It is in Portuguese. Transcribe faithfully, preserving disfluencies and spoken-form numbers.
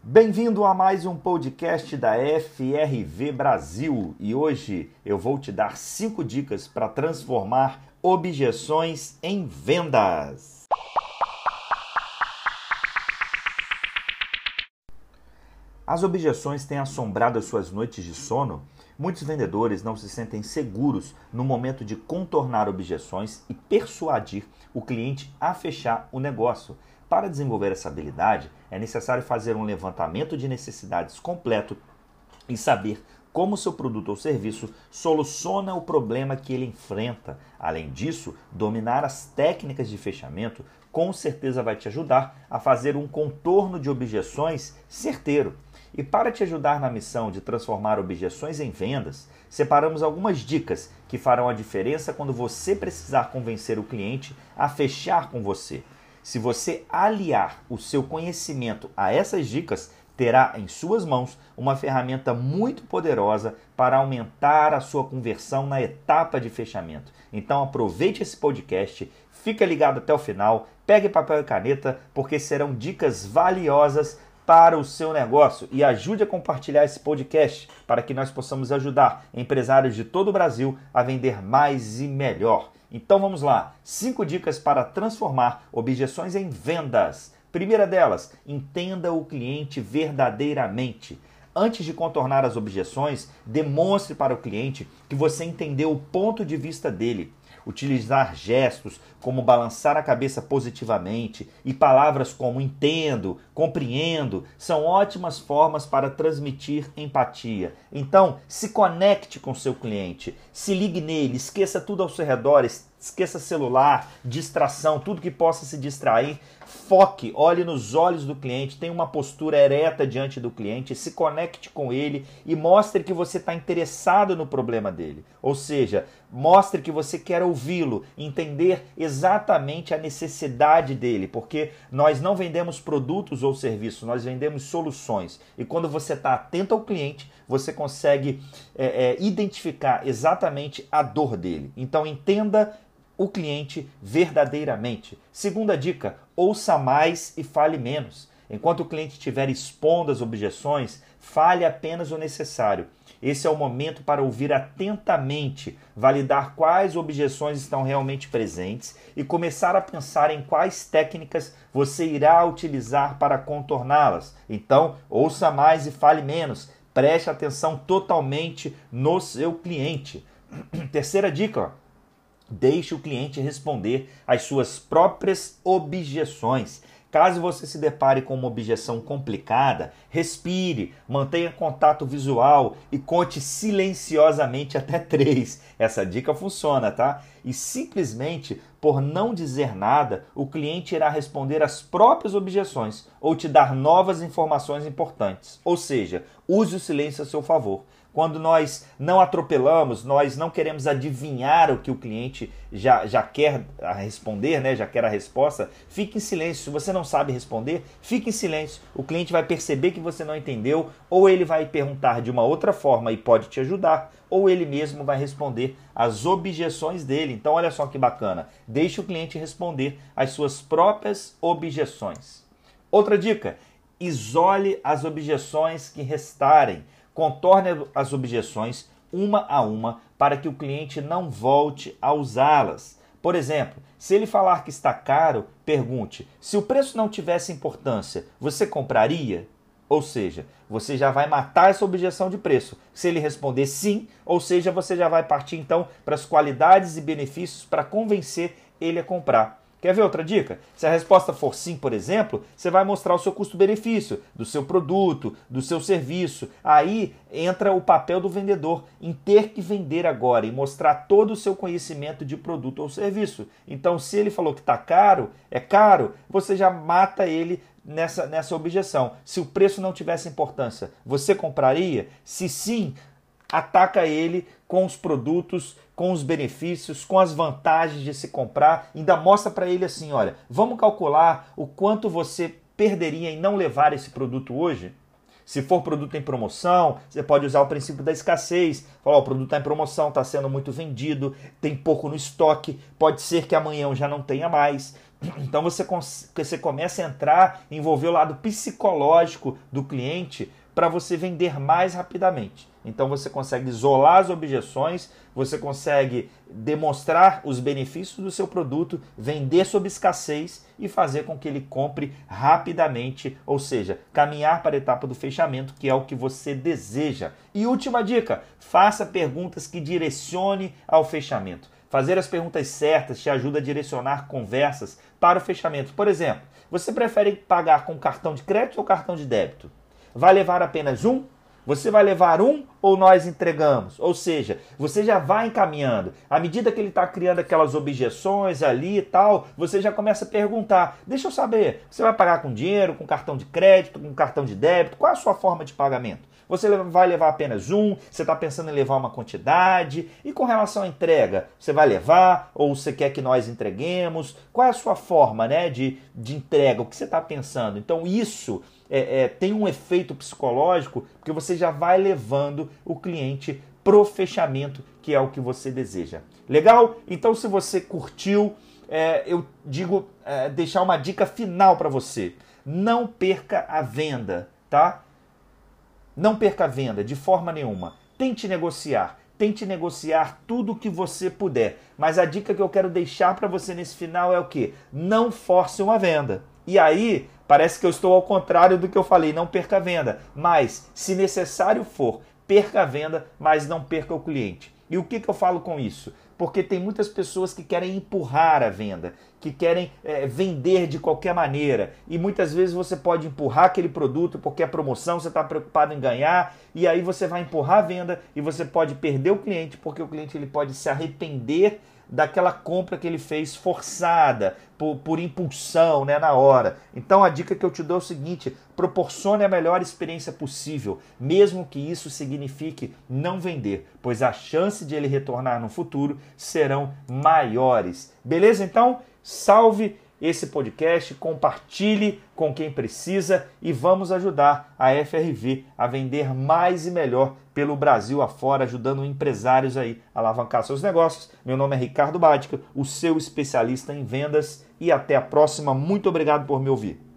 Bem-vindo a mais um podcast da F R V Brasil e hoje eu vou te dar cinco dicas para transformar objeções em vendas. As objeções têm assombrado as suas noites de sono? Muitos vendedores não se sentem seguros no momento de contornar objeções e persuadir o cliente a fechar o negócio. Para desenvolver essa habilidade, é necessário fazer um levantamento de necessidades completo e saber como seu produto ou serviço soluciona o problema que ele enfrenta. Além disso, dominar as técnicas de fechamento com certeza vai te ajudar a fazer um contorno de objeções certeiro. E para te ajudar na missão de transformar objeções em vendas, separamos algumas dicas que farão a diferença quando você precisar convencer o cliente a fechar com você. Se você aliar o seu conhecimento a essas dicas, terá em suas mãos uma ferramenta muito poderosa para aumentar a sua conversão na etapa de fechamento. Então aproveite esse podcast, fica ligado até o final, pegue papel e caneta, porque serão dicas valiosas para o seu negócio e ajude a compartilhar esse podcast para que nós possamos ajudar empresários de todo o Brasil a vender mais e melhor. Então vamos lá, cinco dicas para transformar objeções em vendas. Primeira delas, entenda o cliente verdadeiramente. Antes de contornar as objeções, demonstre para o cliente que você entendeu o ponto de vista dele. Utilizar gestos como balançar a cabeça positivamente e palavras como entendo, compreendo, são ótimas formas para transmitir empatia. Então, se conecte com seu cliente, se ligue nele, esqueça tudo ao seu redor, esqueça celular, distração, tudo que possa se distrair. Foque, olhe nos olhos do cliente, tenha uma postura ereta diante do cliente, se conecte com ele e mostre que você está interessado no problema dele. Ou seja, mostre que você quer ouvi-lo, entender exatamente a necessidade dele, porque nós não vendemos produtos ou serviços, nós vendemos soluções. E quando você está atento ao cliente, você consegue é, é, identificar exatamente a dor dele. Então entenda o cliente verdadeiramente. Segunda dica, ouça mais e fale menos. Enquanto o cliente estiver expondo as objeções, fale apenas o necessário. Esse é o momento para ouvir atentamente, validar quais objeções estão realmente presentes e começar a pensar em quais técnicas você irá utilizar para contorná-las. Então, ouça mais e fale menos. Preste atenção totalmente no seu cliente. Terceira dica, ó. Deixe o cliente responder às suas próprias objeções. Caso você se depare com uma objeção complicada, respire, mantenha contato visual e conte silenciosamente até três. Essa dica funciona, tá? E simplesmente por não dizer nada, o cliente irá responder às próprias objeções ou te dar novas informações importantes. Ou seja, use o silêncio a seu favor. Quando nós não atropelamos, nós não queremos adivinhar o que o cliente já, já quer responder, né? Já quer a resposta, fique em silêncio. Se você não sabe responder, fique em silêncio. O cliente vai perceber que você não entendeu, ou ele vai perguntar de uma outra forma e pode te ajudar, ou ele mesmo vai responder às objeções dele. Então olha só que bacana, deixe o cliente responder às suas próprias objeções. Outra dica, isole as objeções que restarem. Contorne as objeções uma a uma para que o cliente não volte a usá-las. Por exemplo, se ele falar que está caro, pergunte: se o preço não tivesse importância, você compraria? Ou seja, você já vai matar essa objeção de preço. Se ele responder sim, ou seja, você já vai partir então para as qualidades e benefícios para convencer ele a comprar. Quer ver outra dica? Se a resposta for sim, por exemplo, você vai mostrar o seu custo-benefício do seu produto, do seu serviço. Aí entra o papel do vendedor em ter que vender agora e mostrar todo o seu conhecimento de produto ou serviço. Então, se ele falou que está caro, é caro, você já mata ele nessa, nessa objeção. Se o preço não tivesse importância, você compraria? Se sim, ataca ele com os produtos, com os benefícios, com as vantagens de se comprar, ainda mostra para ele assim, olha, vamos calcular o quanto você perderia em não levar esse produto hoje? Se for produto em promoção, você pode usar o princípio da escassez. Falar, o produto está em promoção, está sendo muito vendido, tem pouco no estoque, pode ser que amanhã já não tenha mais. Então você, você começa a entrar, envolver o lado psicológico do cliente para você vender mais rapidamente. Então você consegue isolar as objeções, você consegue demonstrar os benefícios do seu produto, vender sob escassez e fazer com que ele compre rapidamente, ou seja, caminhar para a etapa do fechamento, que é o que você deseja. E última dica, faça perguntas que direcione ao fechamento. Fazer as perguntas certas te ajuda a direcionar conversas para o fechamento. Por exemplo, você prefere pagar com cartão de crédito ou cartão de débito? Vai levar apenas um? Você vai levar um ou nós entregamos? Ou seja, você já vai encaminhando. À medida que ele está criando aquelas objeções ali e tal, você já começa a perguntar. Deixa eu saber, você vai pagar com dinheiro, com cartão de crédito, com cartão de débito? Qual é a sua forma de pagamento? Você vai levar apenas um? Você está pensando em levar uma quantidade? E com relação à entrega, você vai levar ou você quer que nós entreguemos? Qual é a sua forma, né, de, de entrega? O que você está pensando? Então isso é, é, tem um efeito psicológico porque você já vai levando o cliente pro fechamento, que é o que você deseja. Legal? Então se você curtiu, é, eu digo é, deixar uma dica final para você. Não perca a venda, tá? Não perca a venda de forma nenhuma. Tente negociar. Tente negociar tudo o que você puder. Mas a dica que eu quero deixar para você nesse final é o quê? Não force uma venda. E aí, parece que eu estou ao contrário do que eu falei. Não perca a venda. Mas, se necessário for, perca a venda, mas não perca o cliente. E o que, que eu falo com isso? Porque tem muitas pessoas que querem empurrar a venda, que querem é, vender de qualquer maneira. E muitas vezes você pode empurrar aquele produto porque é promoção, você está preocupado em ganhar, e aí você vai empurrar a venda e você pode perder o cliente, porque o cliente ele pode se arrepender daquela compra que ele fez forçada, por, por impulsão, né, na hora. Então a dica que eu te dou é o seguinte: proporcione a melhor experiência possível, mesmo que isso signifique não vender, pois a chance de ele retornar no futuro serão maiores. Beleza? Então, salve esse podcast, compartilhe com quem precisa e vamos ajudar a F R V a vender mais e melhor pelo Brasil afora, ajudando empresários aí a alavancar seus negócios. Meu nome é Ricardo Badica, o seu especialista em vendas, e até a próxima. Muito obrigado por me ouvir.